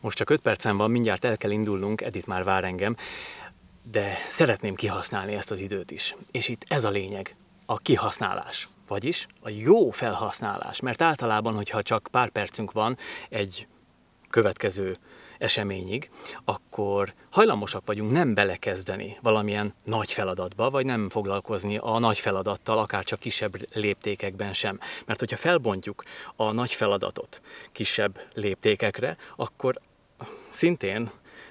Most csak 5 percen van, mindjárt el kell indulnunk, Edith már vár engem, de szeretném kihasználni ezt az időt is. És itt ez a lényeg, a kihasználás, vagyis a jó felhasználás. Mert általában, hogyha csak pár percünk van egy következő eseményig, akkor hajlamosak vagyunk nem belekezdeni valamilyen nagy feladatba, vagy nem foglalkozni a nagy feladattal, akár csak kisebb léptékekben sem. Mert hogyha felbontjuk a nagy feladatot kisebb léptékekre, akkor szintén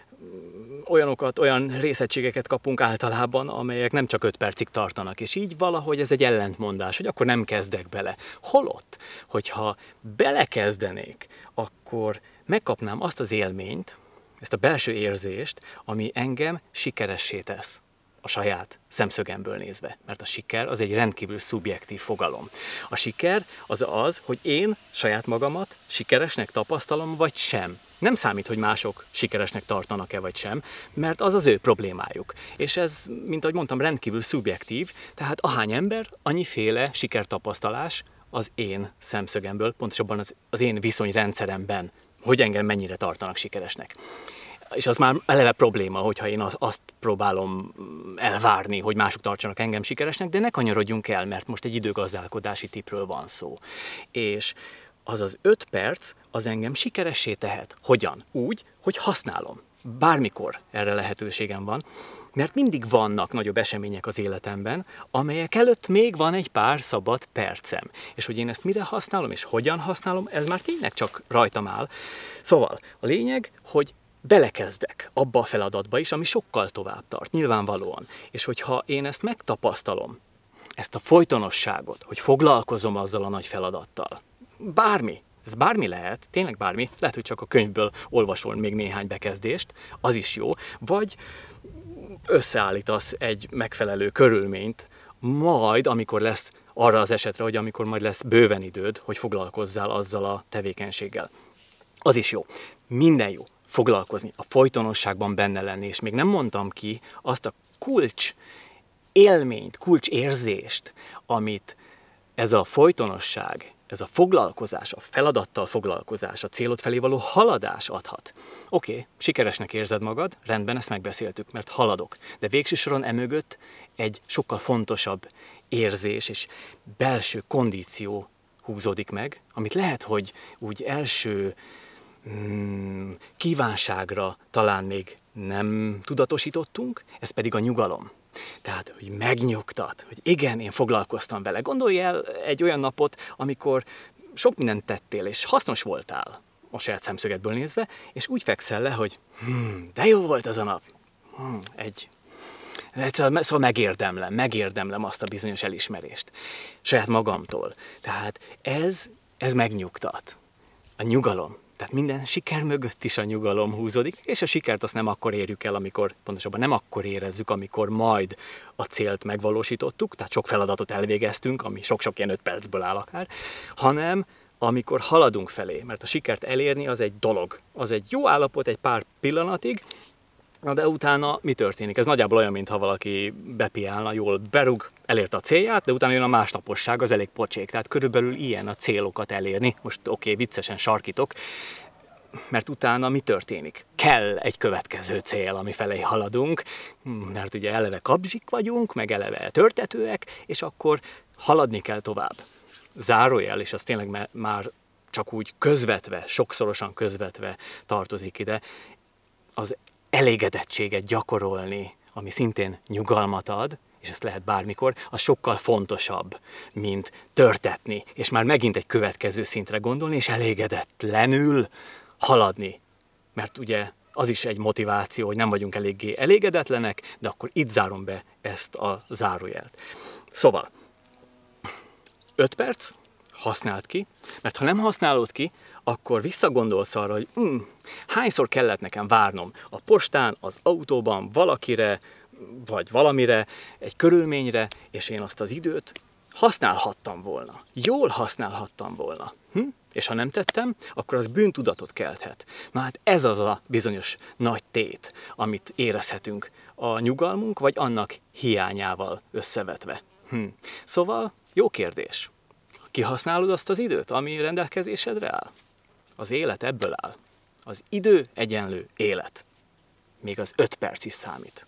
olyan részegységeket kapunk általában, amelyek nem csak 5 percig tartanak, és így valahogy ez egy ellentmondás, hogy akkor nem kezdek bele. Holott, hogyha belekezdenék, akkor megkapnám azt az élményt, ezt a belső érzést, ami engem sikeressé tesz a saját szemszögemből nézve. Mert a siker az egy rendkívül szubjektív fogalom. A siker az, hogy én saját magamat sikeresnek tapasztalom, vagy sem. Nem számít, hogy mások sikeresnek tartanak-e vagy sem, mert az az ő problémájuk. És ez, mint ahogy mondtam, rendkívül szubjektív, tehát ahány ember, annyiféle sikertapasztalás az én szemszögemből, pontosabban az én viszonyrendszeremben, hogy engem mennyire tartanak sikeresnek. És az már eleve probléma, hogyha én azt próbálom elvárni, hogy mások tartsanak engem sikeresnek, de ne kanyarodjunk el, mert most egy időgazdálkodási tippről van szó. És az 5 perc az engem sikeressé tehet. Hogyan? Úgy, hogy használom. Bármikor erre lehetőségem van, mert mindig vannak nagyobb események az életemben, amelyek előtt még van egy pár szabad percem. És hogy én ezt mire használom, és hogyan használom, ez már tényleg csak rajtam áll. Szóval a lényeg, hogy belekezdek abba a feladatba is, ami sokkal tovább tart, nyilvánvalóan. És hogyha én ezt megtapasztalom, ezt a folytonosságot, hogy foglalkozom azzal a nagy feladattal, ez bármi lehet, tényleg bármi, lehet, hogy csak a könyvből olvasol még néhány bekezdést, az is jó, vagy összeállítasz egy megfelelő körülményt, majd, amikor lesz arra az esetre, hogy amikor majd lesz bőven időd, hogy foglalkozzál azzal a tevékenységgel. Az is jó. Minden jó. Foglalkozni, a folytonosságban benne lenni, és még nem mondtam ki azt a kulcs élményt, kulcs érzést, amit ez a folytonosság, ez a foglalkozás, a feladattal foglalkozás, a célod felé való haladás adhat. Oké, sikeresnek érzed magad, rendben, ezt megbeszéltük, mert haladok. De végső soron emögött egy sokkal fontosabb érzés és belső kondíció húzódik meg, amit lehet, hogy úgy első kívánságra talán még nem tudatosítottunk, ez pedig a nyugalom. Tehát, hogy megnyugtat, hogy igen, én foglalkoztam vele. Gondolj el egy olyan napot, amikor sok mindent tettél, és hasznos voltál a saját szemszögedből nézve, és úgy fekszel le, hogy de jó volt az a nap. Szóval megérdemlem azt a bizonyos elismerést saját magamtól. Tehát ez megnyugtat. A nyugalom. Tehát minden siker mögött is a nyugalom húzódik, és a sikert azt nem akkor érjük el, pontosabban nem akkor érezzük, amikor majd a célt megvalósítottuk, tehát sok feladatot elvégeztünk, ami sok-sok ilyen 5 percből áll akár, hanem amikor haladunk felé, mert a sikert elérni az egy dolog, az egy jó állapot egy pár pillanatig, de utána mi történik? Ez nagyjából olyan, mintha valaki bepiálna, jól berúg, elérte a célját, de utána jön a másnaposság, az elég pocsék. Tehát körülbelül ilyen a célokat elérni. Most viccesen sarkítok, mert utána mi történik? Kell egy következő cél, ami felé haladunk, mert ugye eleve kabzsik vagyunk, meg eleve törtetőek, és akkor haladni kell tovább. Zárójel, és az tényleg már csak úgy közvetve, sokszorosan közvetve tartozik ide, az elégedettséget gyakorolni, ami szintén nyugalmat ad, és ezt lehet bármikor, az sokkal fontosabb, mint törtetni, és már megint egy következő szintre gondolni, és elégedetlenül haladni. Mert ugye az is egy motiváció, hogy nem vagyunk eléggé elégedetlenek, de akkor itt zárom be ezt a zárójelt. Szóval, 5 perc, használd ki, mert ha nem használod ki, akkor visszagondolsz arra, hogy hányszor kellett nekem várnom a postán, az autóban, valakire, vagy valamire, egy körülményre, és én azt az időt használhattam volna. Jól használhattam volna. És ha nem tettem, akkor az bűntudatot kelthet. Na hát ez az a bizonyos nagy tét, amit érezhetünk a nyugalmunk, vagy annak hiányával összevetve. Szóval jó kérdés. Kihasználod azt az időt, ami rendelkezésedre áll? Az élet ebből áll. Az idő egyenlő élet. Még az 5 perc is számít.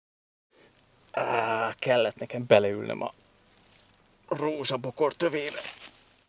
Kellett nekem beleülnöm a rózsabokor tövébe.